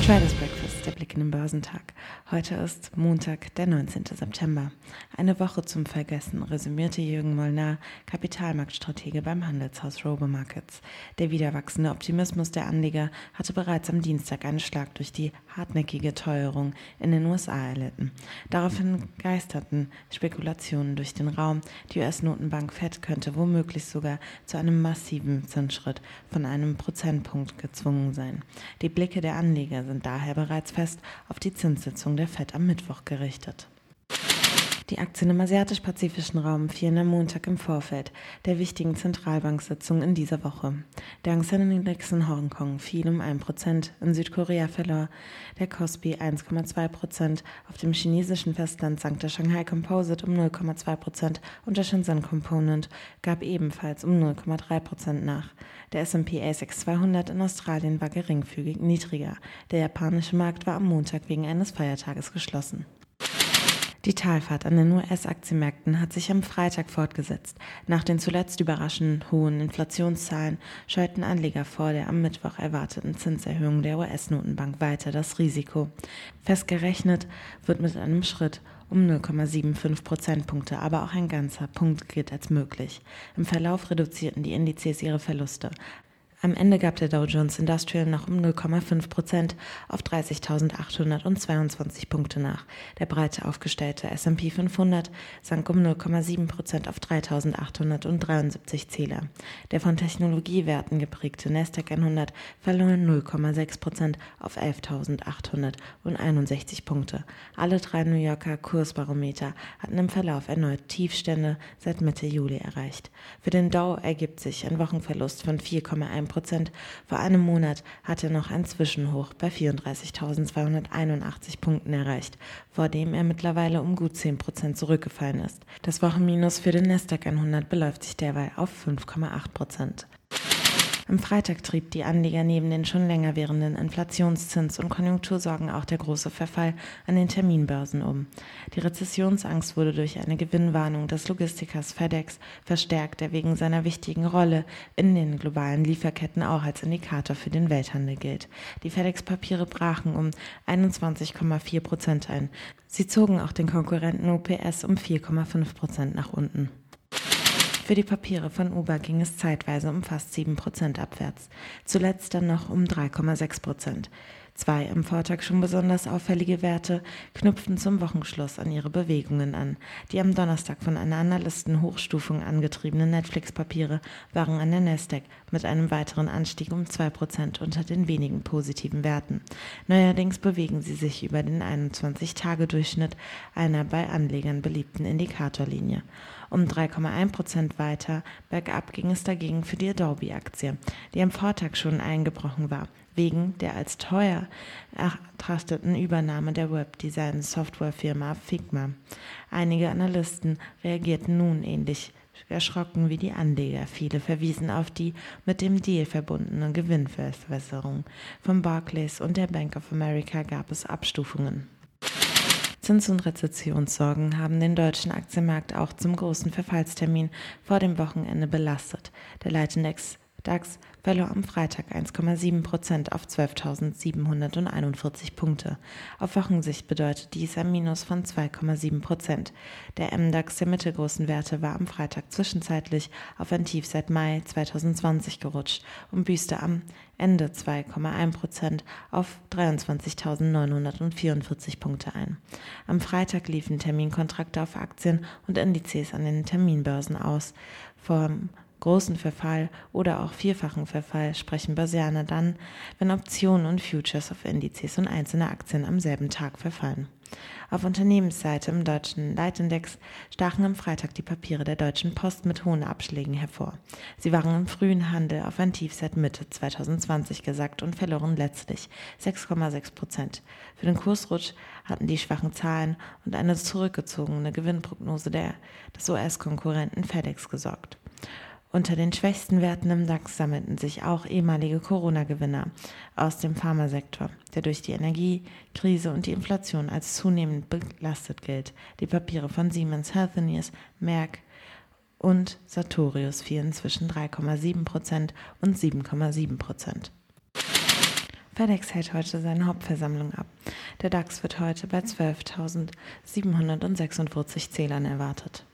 Traders Breakfast, der Blick in den Börsentag. Heute ist Montag, der 19. September. Eine Woche zum Vergessen, resümierte Jürgen Molnar, Kapitalmarktstratege beim Handelshaus Robo Markets. Der wieder wachsende Optimismus der Anleger hatte bereits am Dienstag einen Schlag durch die hartnäckige Teuerung in den USA erlitten. Daraufhin geisterten Spekulationen durch den Raum, die US-Notenbank Fed könnte womöglich sogar zu einem massiven Zinsschritt von einem Prozentpunkt gezwungen sein. Die Blicke der Anleger sind daher bereits fest auf die Zinssitzung der Fed am Mittwoch gerichtet. Die Aktien im asiatisch-pazifischen Raum fielen am Montag im Vorfeld der wichtigen Zentralbanksitzung in dieser Woche. Der Hang Seng Index in Hongkong fiel um 1%, in Südkorea verlor der Kospi 1,2%, auf dem chinesischen Festland sank der Shanghai Composite um 0,2% und der Shenzhen Component gab ebenfalls um 0,3% nach. Der S&P ASX 200 in Australien war geringfügig niedriger. Der japanische Markt war am Montag wegen eines Feiertages geschlossen. Die Talfahrt an den US-Aktienmärkten hat sich am Freitag fortgesetzt. Nach den zuletzt überraschend hohen Inflationszahlen scheuten Anleger vor der am Mittwoch erwarteten Zinserhöhung der US-Notenbank weiter das Risiko. Festgerechnet wird mit einem Schritt um 0,75 Prozentpunkte, aber auch ein ganzer Punkt gilt als möglich. Im Verlauf reduzierten die Indizes ihre Verluste. Am Ende gab der Dow Jones Industrial noch um 0,5% auf 30.822 Punkte nach. Der breit aufgestellte S&P 500 sank um 0,7% auf 3.873 Zähler. Der von Technologiewerten geprägte Nasdaq 100 verlor 0,6% auf 11.861 Punkte. Alle drei New Yorker Kursbarometer hatten im Verlauf erneut Tiefstände seit Mitte Juli erreicht. Für den Dow ergibt sich ein Wochenverlust von 4,1%. Vor einem Monat hat er noch ein Zwischenhoch bei 34.281 Punkten erreicht, vor dem er mittlerweile um gut 10% zurückgefallen ist. Das Wochenminus für den Nasdaq 100 beläuft sich derweil auf 5,8%. Am Freitag trieb die Anleger neben den schon länger währenden Inflationszins- und Konjunktursorgen auch der große Verfall an den Terminbörsen um. Die Rezessionsangst wurde durch eine Gewinnwarnung des Logistikers FedEx verstärkt, der wegen seiner wichtigen Rolle in den globalen Lieferketten auch als Indikator für den Welthandel gilt. Die FedEx-Papiere brachen um 21,4% ein. Sie zogen auch den Konkurrenten UPS um 4,5% nach unten. Für die Papiere von Uber ging es zeitweise um fast 7% abwärts, zuletzt dann noch um 3,6%. Zwei am Vortag schon besonders auffällige Werte knüpften zum Wochenschluss an ihre Bewegungen an. Die am Donnerstag von einer Analystenhochstufung angetriebenen Netflix-Papiere waren an der Nasdaq mit einem weiteren Anstieg um 2% unter den wenigen positiven Werten. Neuerdings bewegen sie sich über den 21-Tage-Durchschnitt einer bei Anlegern beliebten Indikatorlinie. Um 3,1% weiter bergab ging es dagegen für die Adobe-Aktie, die am Vortag schon eingebrochen war, wegen der als teuer ertrachteten Übernahme der Webdesign-Softwarefirma Figma. Einige Analysten reagierten nun ähnlich erschrocken wie die Anleger. Viele verwiesen auf die mit dem Deal verbundene Gewinnverbesserung. Von Barclays und der Bank of America gab es Abstufungen. Zins- und Rezessionssorgen haben den deutschen Aktienmarkt auch zum großen Verfallstermin vor dem Wochenende belastet. Der Leitindex DAX verlor am Freitag 1,7% auf 12.741 Punkte. Auf Wochensicht bedeutet dies ein Minus von 2,7%. Der MDAX der mittelgroßen Werte war am Freitag zwischenzeitlich auf ein Tief seit Mai 2020 gerutscht und büßte am Ende 2,1% auf 23.944 Punkte ein. Am Freitag liefen Terminkontrakte auf Aktien und Indizes an den Terminbörsen aus. Vom großen Verfall oder auch vierfachen Verfall sprechen Börsianer dann, wenn Optionen und Futures auf Indizes und einzelne Aktien am selben Tag verfallen. Auf Unternehmensseite im deutschen Leitindex stachen am Freitag die Papiere der Deutschen Post mit hohen Abschlägen hervor. Sie waren im frühen Handel auf ein Tief seit Mitte 2020 gesackt und verloren letztlich 6,6%. Für den Kursrutsch hatten die schwachen Zahlen und eine zurückgezogene Gewinnprognose des US-Konkurrenten FedEx gesorgt. Unter den schwächsten Werten im DAX sammelten sich auch ehemalige Corona-Gewinner aus dem Pharmasektor, der durch die Energiekrise und die Inflation als zunehmend belastet gilt. Die Papiere von Siemens Healthineers, Merck und Sartorius fielen zwischen 3,7% und 7,7%. FedEx hält heute seine Hauptversammlung ab. Der DAX wird heute bei 12.746 Zählern erwartet.